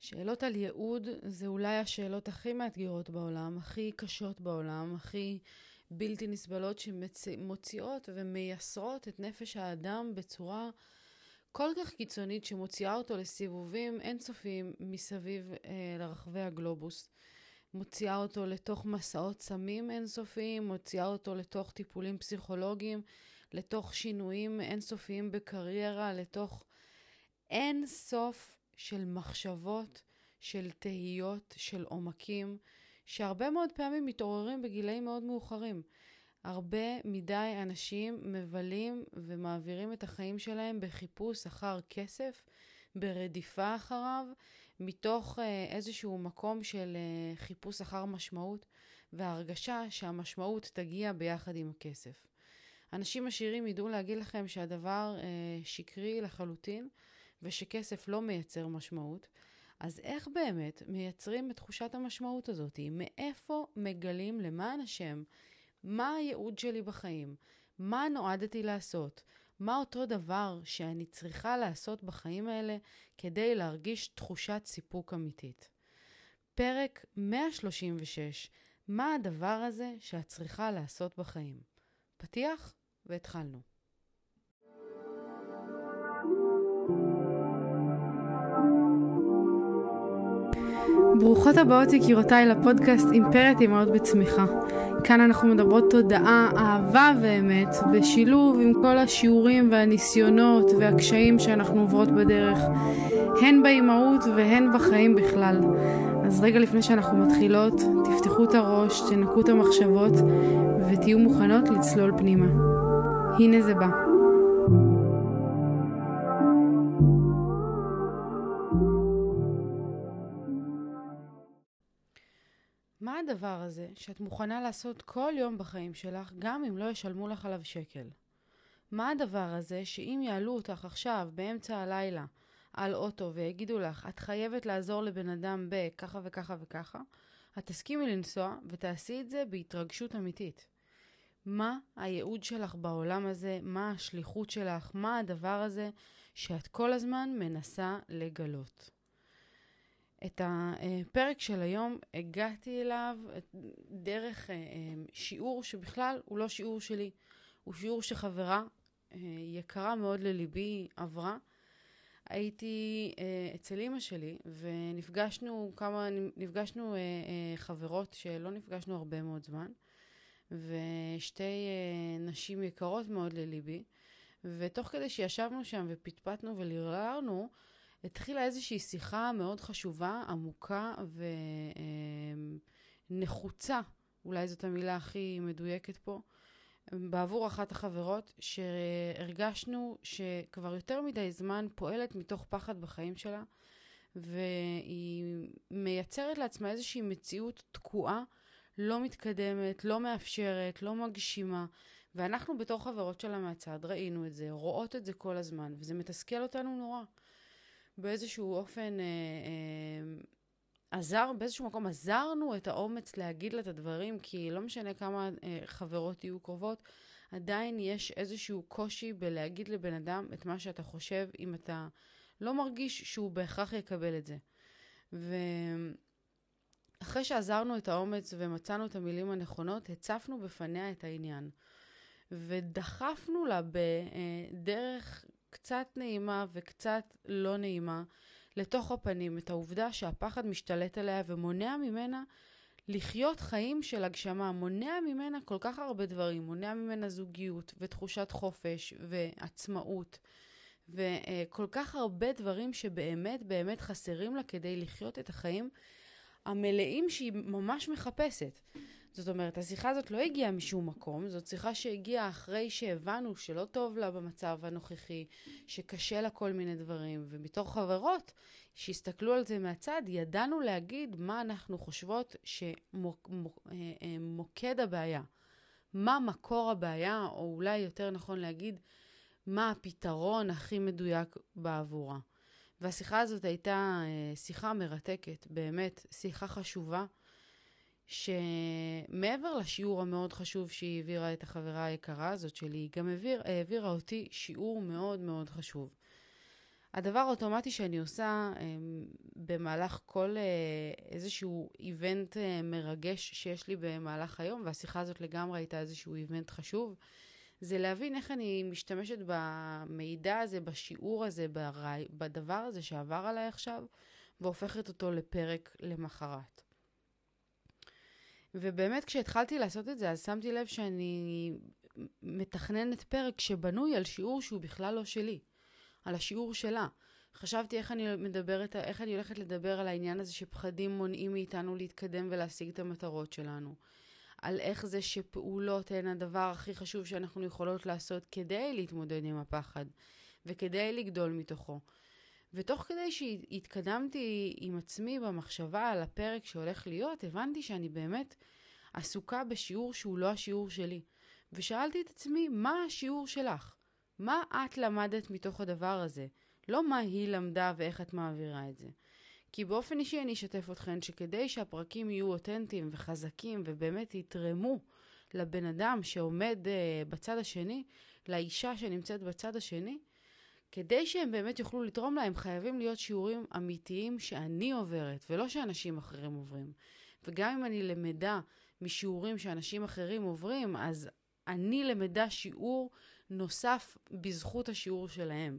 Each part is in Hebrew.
שאלות על ייעוד זה אולי השאלות הכי מאתגרות בעולם, הכי קשות בעולם, הכי בלתי נסבלות שמוציאות ומייסרות את נפש האדם בצורה כל כך קיצונית שמוציאה אותו לסיבובים אינסופיים מסביב לרחבי הגלובוס. מוציאה אותו לתוך מסעות סמים אינסופיים, מוציאה אותו לתוך טיפולים פסיכולוגיים, לתוך שינויים אינסופיים בקריירה, לתוך אין סוף של מחשבות, של תהיות, של עומקים, שהרבה מאוד פעמים מתעוררים בגילאים מאוד מאוחרים. הרבה מדי אנשים מבלים ומעבירים את החיים שלהם בחיפוש אחר כסף, ברדיפה אחריו, מתוך איזשהו מקום של חיפוש אחר משמעות, וההרגשה שהמשמעות תגיע ביחד עם הכסף. אנשים עשירים ידעו להגיד לכם שהדבר שקרי לחלוטין, ושכסף לא מייצר משמעות. אז איך באמת מייצרים את תחושת המשמעות הזאת? מאיפה מגלים למען השם? מה הייעוד שלי בחיים? מה נועדתי לעשות? מה אותו דבר שאני צריכה לעשות בחיים האלה כדי להרגיש תחושת סיפוק אמיתית? פרק 136, מה הדבר הזה שאת צריכה לעשות בחיים? פתיח והתחלנו. ברוכות הבאות יקירותיי לפודקאסט אימפרית אימהות בצמיחה. כאן אנחנו מדברות תודעה, אהבה ואמת, בשילוב עם כל השיעורים והניסיונות והקשיים שאנחנו עוברות בדרך, הן באימהות והן בחיים בכלל. אז רגע לפני שאנחנו מתחילות, תפתחו את הראש, תנקו את המחשבות ותהיו מוכנות לצלול פנימה. הנה זה בא. מה הדבר הזה שאת מוכנה לעשות כל יום בחיים שלך, גם אם לא ישלמו לך עליו שקל? מה הדבר הזה שאם יעלו אותך עכשיו, באמצע הלילה, על אוטו ויגידו לך, את חייבת לעזור לבן אדם בככה וככה וככה, את תסכימי לנסוע ותעשי את זה בהתרגשות אמיתית. מה הייעוד שלך בעולם הזה? מה השליחות שלך? מה הדבר הזה שאת כל הזמן מנסה לגלות? את הפרק של היום הגעתי אליו דרך שיעור שבכלל הוא לא שיעור שלי, הוא שיעור שחברה יקרה מאוד לליבי עברה. הייתי אצל אמא שלי ונפגשנו חברות שלא נפגשנו הרבה מאוד זמן, ושתי נשים יקרות מאוד לליבי, ותוך כדי שישבנו שם ופטפטנו ולרלרנו, התחילה איזושהי שיחה מאוד חשובה, עמוקה ונחוצה, אולי זאת המילה הכי מדויקת פה, בעבור אחת החברות שהרגשנו שכבר יותר מדי זמן פועלת מתוך פחד בחיים שלה, והיא מייצרת לעצמה איזושהי מציאות תקועה, לא מתקדמת, לא מאפשרת, לא מגשימה, ואנחנו בתור חברות שלה מהצד ראינו את זה, רואות את זה כל הזמן, וזה מתסכל אותנו נורא. באיזשהו אופן באיזשהו מקום עזרנו את האומץ להגיד לה את הדברים, כי לא משנה כמה חברות יהיו קרובות, עדיין יש איזשהו קושי בלהגיד לבן אדם את מה שאתה חושב, אם אתה לא מרגיש שהוא בהכרח יקבל את זה. ואחרי שעזרנו את האומץ ומצאנו את המילים הנכונות, הצפנו בפניה את העניין. ודחפנו לה בדרך קצת נעימה וקצת לא נעימה לתוך הפנים את העובדה שהפחד משתלט עליה ומונע ממנה לחיות חיים של הגשמה, מונע ממנה כל כך הרבה דברים, מונע ממנה זוגיות ותחושת חופש ועצמאות וכל כך הרבה דברים שבאמת באמת חסרים לה כדי לחיות את החיים המלאים שהיא ממש מחפשת. זאת אומרת, השיחה הזאת לא הגיעה משום מקום, זאת שיחה שהגיעה אחרי שהבנו שלא טוב לה במצב הנוכחי, שקשה לה כל מיני דברים, ומתוך חברות שהסתכלו על זה מהצד, ידענו להגיד מה אנחנו חושבות שמוקד הבעיה, מה מקור הבעיה, או אולי יותר נכון להגיד, מה הפתרון הכי מדויק בעבורה. והשיחה הזאת הייתה שיחה מרתקת, באמת שיחה חשובה, שמעבר לשיעור המאוד חשוב שהיא העבירה את החברה היקרה הזאת שלי, היא גם העבירה אותי שיעור מאוד מאוד חשוב. הדבר האוטומטי שאני עושה במהלך כל איזשהו איבנט מרגש שיש לי במהלך היום, והשיחה הזאת לגמרי הייתה איזשהו איבנט חשוב, זה להבין איך אני משתמשת במידע הזה, בשיעור הזה, בדבר הזה שעבר עליי עכשיו, והופכת אותו לפרק למחרת. ובאמת כשהתחלתי לעשות את זה, אז שמתי לב שאני מתכננת פרק שבנוי על שיעור שהוא בכלל לא שלי, על השיעור שלה. חשבתי איך אני הולכת לדבר על העניין הזה שפחדים מונעים מאיתנו להתקדם ולהשיג את המטרות שלנו. על איך זה שפעולות הן הדבר הכי חשוב שאנחנו יכולות לעשות כדי להתמודד עם הפחד וכדי לגדול מתוכו. ותוך כדי שהתקדמתי עם עצמי במחשבה על הפרק שהולך להיות, הבנתי שאני באמת עסוקה בשיעור שהוא לא השיעור שלי. ושאלתי את עצמי, מה השיעור שלך? מה את למדת מתוך הדבר הזה? לא מה היא למדה ואיך את מעבירה את זה. כי באופן אישי אני אשתף אתכן שכדי שהפרקים יהיו אותנטיים וחזקים ובאמת יתרמו לבן אדם שעומד בצד השני, לאישה שנמצאת בצד השני, כדי שהם באמת יוכלו לתרום להם, חייבים להיות שיעורים אמיתיים שאני עוברת, ולא שאנשים אחרים עוברים. וגם אם אני למדה משיעורים שאנשים אחרים עוברים, אז אני למדה שיעור נוסף בזכות השיעור שלהם.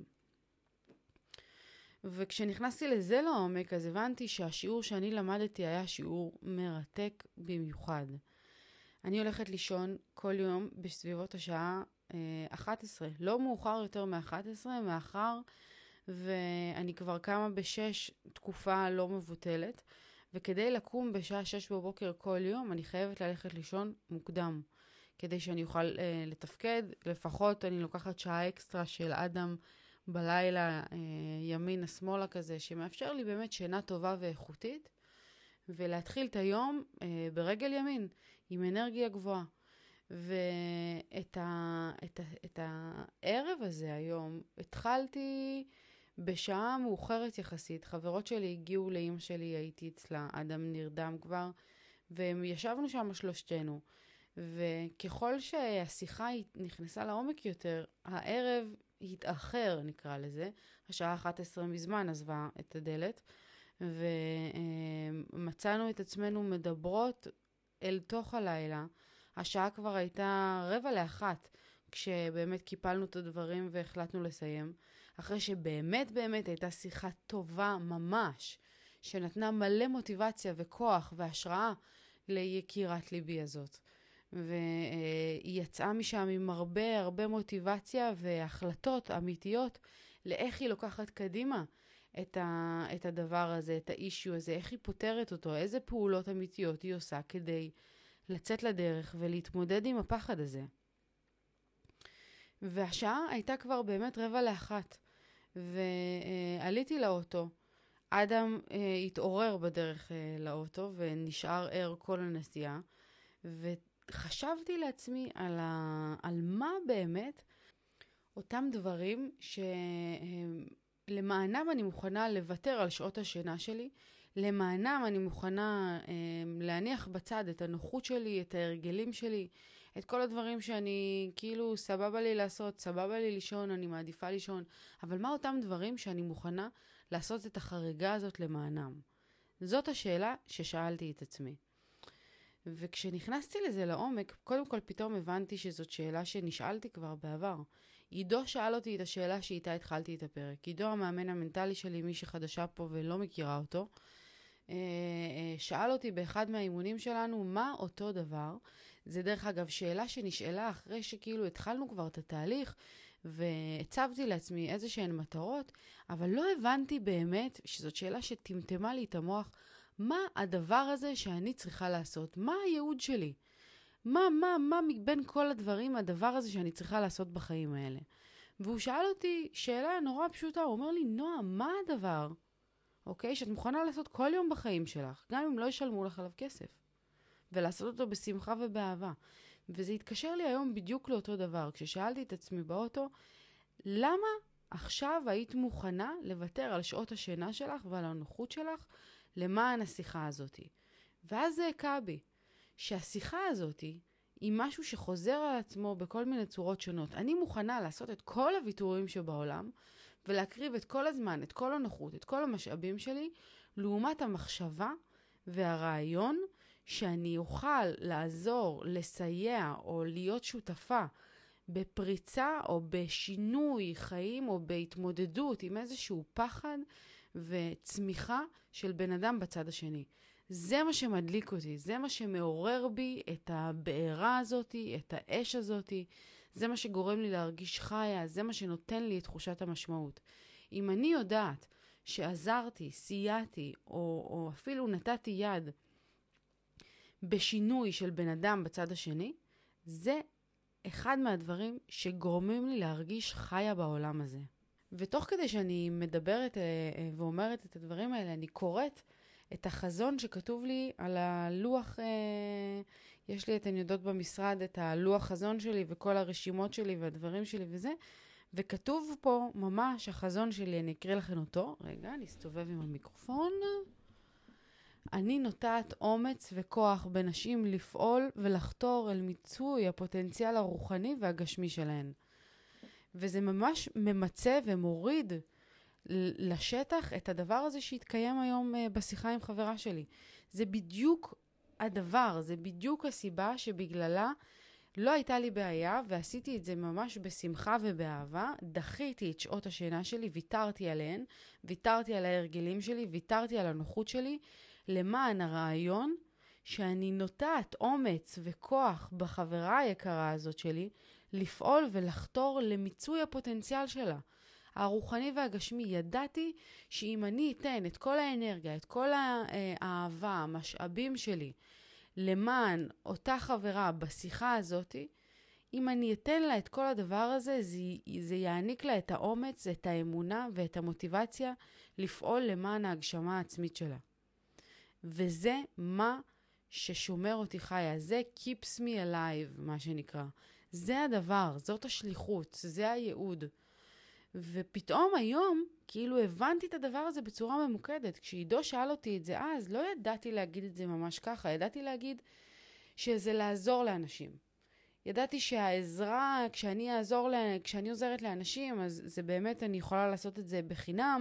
וכשנכנסתי לזה לעומק, אז הבנתי שהשיעור שאני למדתי היה שיעור מרתק במיוחד. אני הולכת לישון כל יום בסביבות השעה 11, לא מאוחר יותר מ-11, מאחר ואני כבר קמה ב-6 תקופה לא מבוטלת, וכדי לקום בשעה 6 בבוקר כל יום, אני חייבת ללכת לישון מוקדם, כדי שאני אוכל לתפקד. לפחות אני לוקחת שעה אקסטרה של אדם בלילה, ימינה שמאלה כזה, שמאפשר לי באמת שינה טובה ואיכותית, ולהתחיל את היום ברגל ימין, עם אנרגיה גבוהה. את הערב הזה היום התחלתי בשעה מאוחרת יחסית. חברות שלי הגיעו לאמא שלי, הייתי אצלה, אדם נרדם כבר, וישבנו שם שלושתנו. וככל שהשיחה נכנסה לעומק יותר, הערב התאחר, נקרא לזה. השעה 11 מזמן עזבה את הדלת, ומצאנו את עצמנו מדברות אל תוך הלילה. השעה כבר הייתה 12:45, כשבאמת קיפלנו את הדברים והחלטנו לסיים. אחרי שבאמת הייתה שיחה טובה ממש, שנתנה מלא מוטיבציה וכוח והשראה ליקירת ליבי הזאת. והיא יצאה משם עם הרבה מוטיבציה והחלטות אמיתיות לאיך היא לוקחת קדימה את הדבר הזה, את האישיו הזה, איך היא פותרת אותו, איזה פעולות אמיתיות היא עושה כדי לצאת לדרך ולהתמודד עם הפחד הזה. והשעה הייתה כבר באמת 12:45, ועליתי לאוטו. אדם התעורר בדרך לאוטו ונשאר ער כל הנסיעה, וחשבתי לעצמי על מה באמת אותם דברים שלמענם אני מוכנה לוותר על שעות השינה שלי, למענם אני מוכנה להניח בצד את הנוחות שלי, את ההרגלים שלי, את כל הדברים שאני כאילו סבבה לי לעשות, סבבה לי לישון, אני מעדיפה לישון, אבל מה אותם דברים שאני מוכנה לעשות את החריגה הזאת למענם? זאת השאלה ששאלתי את עצמי. וכשנכנסתי לזה לעומק, קודם כל פתאום הבנתי שזאת שאלה שנשאלתי כבר בעבר. עידו שאל אותי את השאלה שאיתה התחלתי את הפרק. עידו, המאמן המנטלי שלי, מי שחדשה פה ולא מכירה אותו, שאל אותי באחד מהאימונים שלנו מה אותו דבר. זה דרך אגב שאלה שנשאלה אחרי שכאילו התחלנו כבר את התהליך והצבתי לעצמי איזה שהן מטרות, אבל לא הבנתי באמת שזאת שאלה שטמטמה לי את המוח. מה הדבר הזה שאני צריכה לעשות? מה הייעוד שלי? מה מבין כל הדברים הדבר הזה שאני צריכה לעשות בחיים האלה? והוא שאל אותי שאלה נורא פשוטה, הוא אומר לי, נועה, מה הדבר? אוקיי, שאת מוכנה לעשות כל יום בחיים שלך, גם אם לא ישלמו לך עליו כסף, ולעשות אותו בשמחה ובאהבה. וזה התקשר לי היום בדיוק לאותו דבר, כששאלתי את עצמי באוטו, למה עכשיו היית מוכנה לוותר על שעות השינה שלך ועל הנוחות שלך למען השיחה הזאת? ואז זה הקע בי, שהשיחה הזאת היא משהו שחוזר על עצמו בכל מיני צורות שונות. אני מוכנה לעשות את כל הוויתורים שבעולם, ולהקריב את כל הזמן, את כל הנוחות, את כל המשאבים שלי, לעומת המחשבה והרעיון שאני אוכל לעזור, לסייע או להיות שותפה בפריצה או בשינוי חיים או בהתמודדות עם איזשהו פחד וצמיחה של בן אדם בצד השני. זה מה שמדליק אותי, זה מה שמעורר בי את הבעירה הזאת, את האש הזאת, זה מה שגורם לי להרגיש חיה, זה מה שנותן לי את תחושת המשמעות. אם אני יודעת שעזרתי, סייעתי או אפילו נתתי יד בשינוי של בן אדם בצד השני, זה אחד מהדברים שגורמים לי להרגיש חיה בעולם הזה. ותוך כדי שאני מדברת ואומרת את הדברים האלה, אני קוראת את החזון שכתוב לי על הלוח, יש לי, אתן יודעות במשרד, את הלוח חזון שלי וכל הרשימות שלי והדברים שלי וזה, וכתוב פה ממש החזון שלי, אני אקריא לכם אותו. רגע, אני אסתובב עם המיקרופון. אני נוטעת אומץ וכוח בנשים לפעול ולחתור אל מיצוי הפוטנציאל הרוחני והגשמי שלהן. וזה ממש ממצא ומוריד לשטח את הדבר הזה שהתקיים היום בשיחה עם חברה שלי. זה בדיוק הדבר, זה בדיוק הסיבה שבגללה לא הייתה לי בעיה, ועשיתי את זה ממש בשמחה ובאהבה. דחיתי את שעות השינה שלי, ויתרתי עליהן, ויתרתי על ההרגלים שלי, ויתרתי על הנוחות שלי, למען הרעיון שאני נוטעת אומץ וכוח בחברה היקרה הזאת שלי, לפעול ולחתור למיצוי הפוטנציאל שלה. הרוחני והגשמי, ידעתי שאם אני אתן את כל האנרגיה, את כל האהבה, המשאבים שלי, למען אותה חברה בשיחה הזאת, אם אני אתן לה את כל הדבר הזה, זה יעניק לה את האומץ, את האמונה ואת המוטיבציה לפעול למען ההגשמה העצמית שלה. וזה מה ששומר אותי חיה, זה keeps me alive, מה שנקרא. זה הדבר, זאת השליחות, זה הייעוד. ופתאום היום, כאילו הבנתי את הדבר הזה בצורה ממוקדת. כשעידו שאל אותי את זה אז, לא ידעתי להגיד את זה ממש ככה, ידעתי להגיד שזה לעזור לאנשים. ידעתי שהעזרה, כשאני עוזרת לאנשים, אז זה באמת, אני יכולה לעשות את זה בחינם,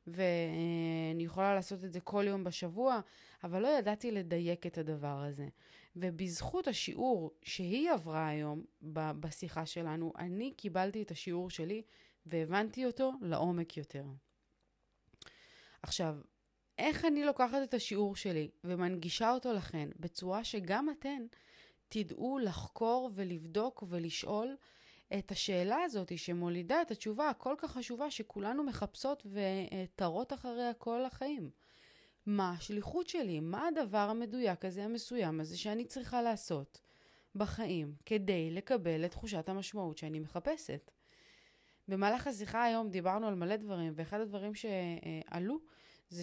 ואני יכולה לעשות את זה כל יום בשבוע, אבל לא ידעתי לדייק את הדבר הזה. ובזכות השיעור שהיא עברה היום בשיחה שלנו, אני קיבלתי את השיעור שלי, והבנתי אותו לעומק יותר. עכשיו, איך אני לוקחת את השיעור שלי ומנגישה אותו לכן, בצורה שגם אתן תדעו לחקור ולבדוק ולשאול את השאלה הזאת שמולידה את התשובה הכל כך חשובה שכולנו מחפשות ותרות אחריה כל החיים. מה השליחות שלי? מה הדבר המדויק הזה, המסוים הזה שאני צריכה לעשות בחיים כדי לקבל את תחושת המשמעות שאני מחפשת? במהלך השיחה היום דיברנו על מלא דברים, ואחד הדברים שעלו זה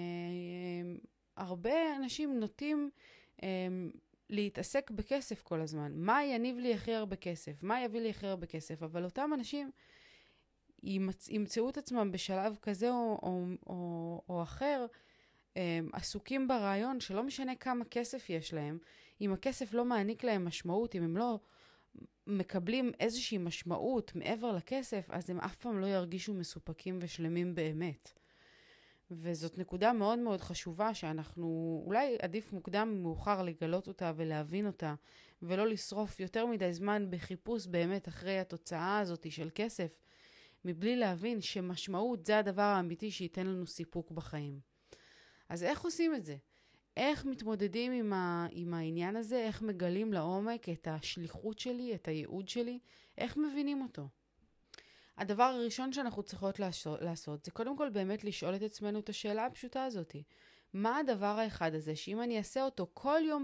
שהרבה אנשים נוטים להתעסק בכסף כל הזמן. מה יניב לי הכי הרבה כסף? מה יביא לי הכי הרבה כסף? אבל אותם אנשים ימצאו את עצמם בשלב כזה או אחר, עסוקים ברעיון שלא משנה כמה כסף יש להם, אם הכסף לא מעניק להם משמעות, אם הם לא מקבלים איזושהי משמעות מעבר לכסף, אז הם אף פעם לא ירגישו מסופקים ושלמים באמת. וזאת נקודה מאוד מאוד חשובה שאנחנו, אולי עדיף מוקדם מאוחר לגלות אותה ולהבין אותה, ולא לשרוף יותר מדי זמן בחיפוש באמת אחרי התוצאה הזאת של כסף, מבלי להבין שמשמעות זה הדבר האמיתי שייתן לנו סיפוק בחיים. אז איך עושים את זה? איך מתמודדים עם העניין הזה? איך מגלים לעומק את השליחות שלי, את הייעוד שלי? איך מבינים אותו? הדבר הראשון שאנחנו צריכות לעשות זה קודם כל באמת לשאול את עצמנו את השאלה הפשוטה הזאת. מה הדבר האחד הזה שאם אני אעשה אותו כל יום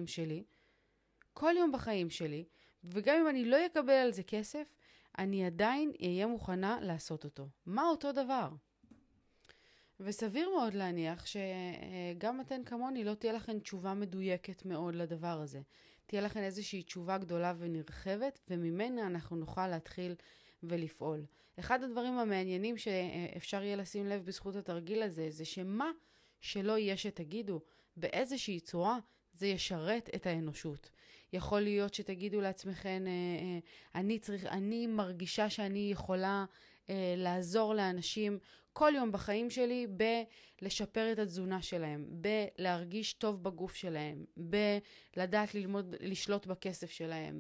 בחיים שלי, וגם אם אני לא אקבל על זה כסף, אני עדיין אהיה מוכנה לעשות אותו. מה אותו דבר? וסביר מאוד להניח שגם אתן כמוני לא תהיה לכן תשובה מדויקת מאוד לדבר הזה. תהיה לכן איזושהי תשובה גדולה ונרחבת, וממנה אנחנו נוכל להתחיל ולפעול. אחד הדברים המעניינים שאפשר יהיה לשים לב בזכות התרגיל הזה, זה שמה שלא יהיה שתגידו, באיזושהי צורה זה ישרת את האנושות. יכול להיות שתגידו לעצמכן, אני מרגישה שאני יכולה לעזור לאנשים כל יום בחיים שלי בלשפר את התזונה שלהם, בלהרגיש טוב בגוף שלהם, בלדעת ללמוד לשלוט בכסף שלהם,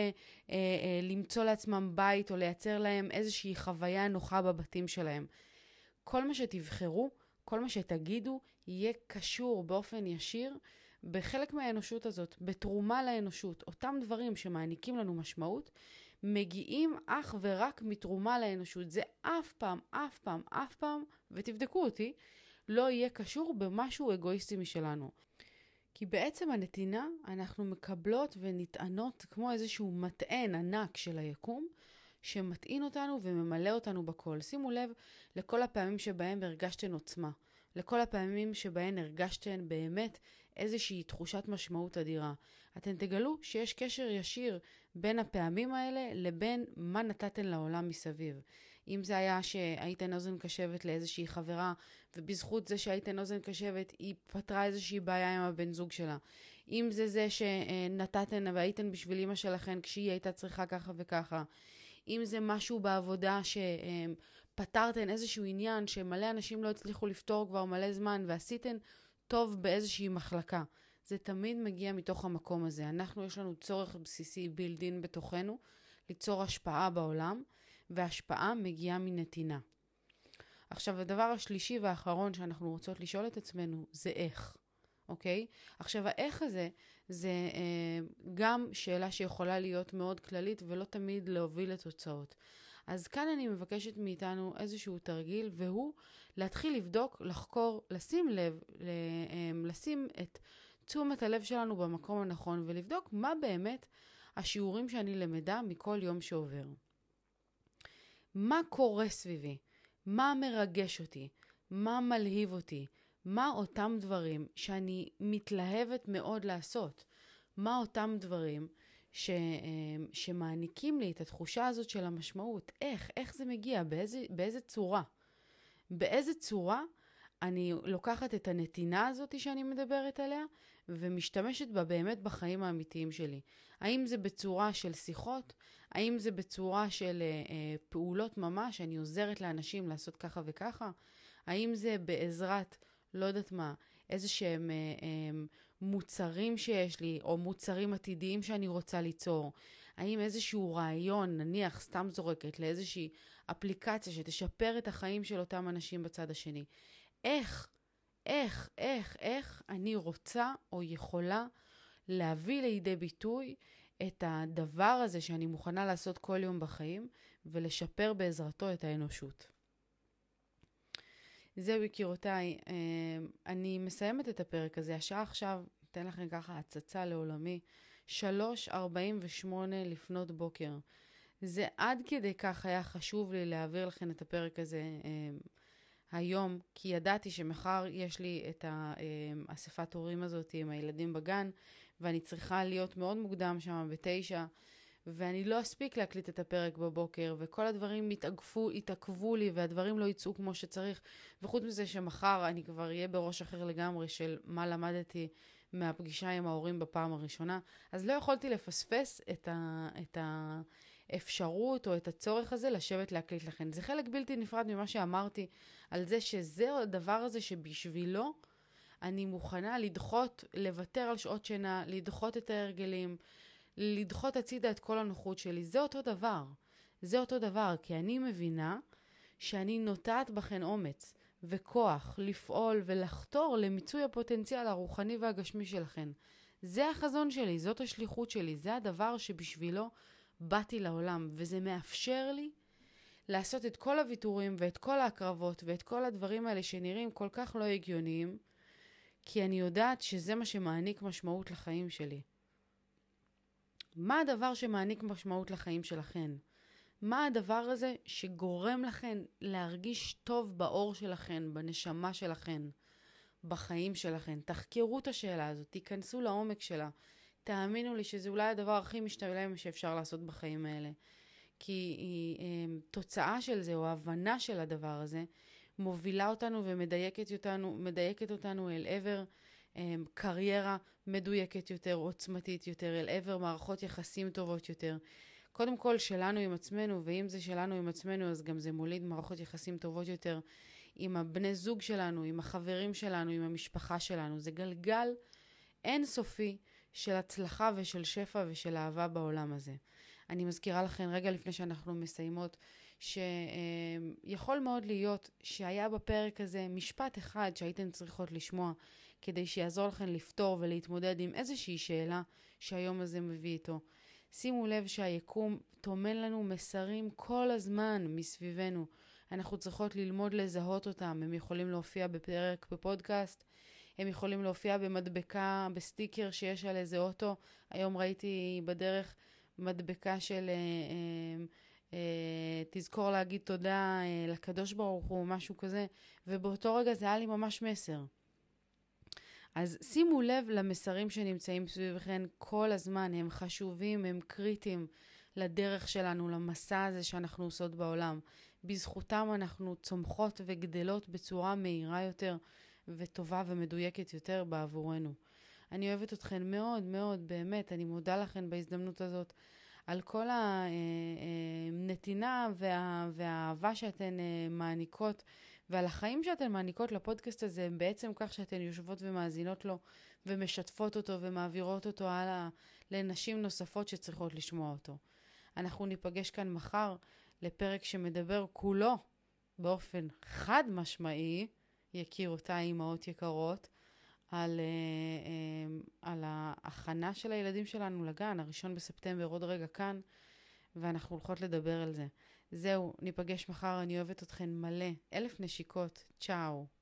בלמצוא לעצמם בית או לייצר להם איזושהי חוויה נוחה בבתים שלהם. כל מה שתבחרו, כל מה שתגידו, יהיה קשור באופן ישיר בחלק מהאנושות הזאת, בתרומה לאנושות. אותם דברים שמעניקים לנו משמעות, מגיעים אך ורק מתרומה לאנושות. זה אף פעם, ותבדקו אותי, לא יהיה קשור במשהו אגואיסטי משלנו. כי בעצם הנתינה, אנחנו מקבלות ונטענות כמו איזשהו מטען ענק של היקום, שמטעין אותנו וממלא אותנו בכל. שימו לב לכל הפעמים שבהם הרגשתן עוצמה, לכל הפעמים שבהן הרגשתן באמת איזושהי תחושת משמעות אדירה. אתן תגלו שיש קשר ישיר בין הפעמים האלה לבין מה נתתן לעולם מסביב. אם זה היה שהייתן אוזן קשבת לאיזושהי חברה, ובזכות זה שהייתן אוזן קשבת, היא פתרה איזושהי בעיה עם הבן זוג שלה. אם זה שנתתן והייתן בשביל אמא שלכן כשהיא הייתה צריכה ככה וככה. אם זה משהו בעבודה שפתרתן איזשהו עניין שמלא אנשים לא הצליחו לפתור כבר מלא זמן, ועשיתן טוב באיזושהי מחלקה. זה תמיד מגיע מתוך המקום הזה. יש לנו צורך בסיסי בילדין בתוכנו, ליצור השפעה בעולם, והשפעה מגיעה מנתינה. עכשיו, הדבר השלישי והאחרון שאנחנו רוצות לשאול את עצמנו, זה איך. אוקיי? עכשיו, האיך הזה, זה גם שאלה שיכולה להיות מאוד כללית, ולא תמיד להוביל לתוצאות. אז כאן אני מבקשת מאיתנו איזשהו תרגיל, והוא להתחיל לבדוק, לחקור, לשים לב, לשים את תשומת הלב שלנו במקום הנכון, ולבדוק מה באמת השיעורים שאני למדה מכל יום שעובר. מה קורה סביבי? מה מרגש אותי? מה מלהיב אותי? מה אותם דברים שאני מתלהבת מאוד לעשות? מה אותם דברים שמעניקים לי את התחושה הזאת של המשמעות? איך זה מגיע? באיזה צורה? באיזה צורה אני לוקחת את הנתינה הזאת שאני מדברת עליה, ומשתמשת בה באמת בחיים האמיתיים שלי? האם זה בצורה של שיחות? האם זה בצורה של פעולות ממש? אני עוזרת לאנשים לעשות ככה וככה? האם זה בעזרת, לא יודעת מה, איזה שהם מוצרים שיש לי, או מוצרים עתידיים שאני רוצה ליצור? האם איזשהו רעיון, נניח סתם זורקת לאיזושהי אפליקציה שתשפר את החיים של אותם אנשים בצד השני? איך אני רוצה או יכולה להביא לידי ביטוי את הדבר הזה שאני מוכנה לעשות כל יום בחיים, ולשפר בעזרתו את האנושות? זהו יקירותיי, אני מסיימת את הפרק הזה. השעה עכשיו, אתן לכם ככה הצצה לעולמי, 3:48 לפנות בוקר. זה עד כדי כך היה חשוב לי להעביר לכם את הפרק הזה היום, כי ידעתי שמחר יש לי את האספת הורים הזאת עם הילדים בגן, ואני צריכה להיות מאוד מוקדם שם ב9, ואני לא אספיק להקליט את הפרק בבוקר, וכל הדברים התעכבו לי, והדברים לא יצאו כמו שצריך. וחוץ מזה שמחר אני כבר אהיה בראש אחר לגמרי של מה למדתי מהפגישה עם ההורים בפעם הראשונה, אז לא יכולתי לפספס את האפשרות או את הצורך הזה לשבת להקליט לכם. זה חלק בלתי נפרד ממה שאמרתי, על זה שזה הדבר הזה שבשבילו אני מוכנה לדחות, לוותר על שעות שינה, לדחות את ההרגלים, לדחות הצידה את כל הנוחות שלי. זה אותו דבר. זה אותו דבר, כי אני מבינה שאני נוטעת בכן אומץ וכוח לפעול ולחתור למיצוי הפוטנציאל הרוחני והגשמי שלכן. זה החזון שלי, זאת השליחות שלי, זה הדבר שבשבילו באתי לעולם, וזה מאפשר לי לעשות את כל הוויתורים ואת כל ההקרבות ואת כל הדברים האלה שנראים כל כך לא הגיוניים, כי אני יודעת שזה מה שמעניק משמעות לחיים שלי. מה הדבר שמעניק משמעות לחיים שלכן? מה הדבר הזה שגורם לכן להרגיש טוב באור שלכן, בנשמה שלכן, בחיים שלכן? תחקרו את השאלה הזאת, תיכנסו לעומק שלה. תאמינו לי שזה אולי הדבר הכי משתלם שאפשר לעשות בחיים האלה. כי תוצאה של זה או הבנה של הדבר הזה מובילה אותנו ומדייקת אותנו אל עבר קריירה מדויקת יותר, עוצמתית יותר, אל עבר מערכות יחסים טובות יותר. קודם כל שלנו עם עצמנו, ואם זה שלנו עם עצמנו, אז גם זה מוליד מערכות יחסים טובות יותר עם הבני זוג שלנו, עם החברים שלנו, עם המשפחה שלנו. זה גלגל אינסופי של הצלחה ושל שפע ושל אהבה בעולם הזה. אני מזכירה לכם רגע לפני שאנחנו מסיימות, שיכול מאוד להיות שהיה בפרק הזה משפט אחד שהייתן צריכות לשמוע, כדי שיעזור לכם לפתור ולהתמודד עם איזושהי שאלה שהיום הזה מביא איתו. שימו לב שהיקום תומן לנו מסרים כל הזמן מסביבנו. אנחנו צריכות ללמוד לזהות אותם. הם יכולים להופיע בפרק בפודקאסט, הם יכולים להופיע במדבקה, בסטיקר שיש על איזה אוטו. היום ראיתי בדרך מדבקה של תזכור להגיד תודה לקדוש ברוך הוא, משהו כזה, ובאותו רגע זה היה לי ממש מסר. אז שימו לב למסרים שנמצאים סביבכם כל הזמן, הם חשובים, הם קריטיים לדרך שלנו, למסע הזה שאנחנו עושות בעולם. בזכותם אנחנו צומחות וגדלות בצורה מהירה יותר וטובה ומדויקת יותר בעבורנו. אני אוהבת אתכן מאוד מאוד, באמת, אני מודה לכן בהזדמנות הזאת על כל הנתינה והאהבה שאתן מעניקות, ועל החיים שאתן מעניקות לפודקאסט הזה, בעצם כך שאתן יושבות ומאזינות לו, ומשתפות אותו ומעבירות אותו הלאה לנשים נוספות שצריכות לשמוע אותו. אנחנו ניפגש כאן מחר לפרק שמדבר כולו באופן חד משמעי, יקירותיי אימהות יקרות, על ההכנה של הילדים שלנו לגן, 1 בספטמבר, עוד רגע כאן, ואנחנו הולכות לדבר על זה. זהו, ניפגש מחר, אני אוהבת אתכן מלא. 1000 נשיקות, צ'או.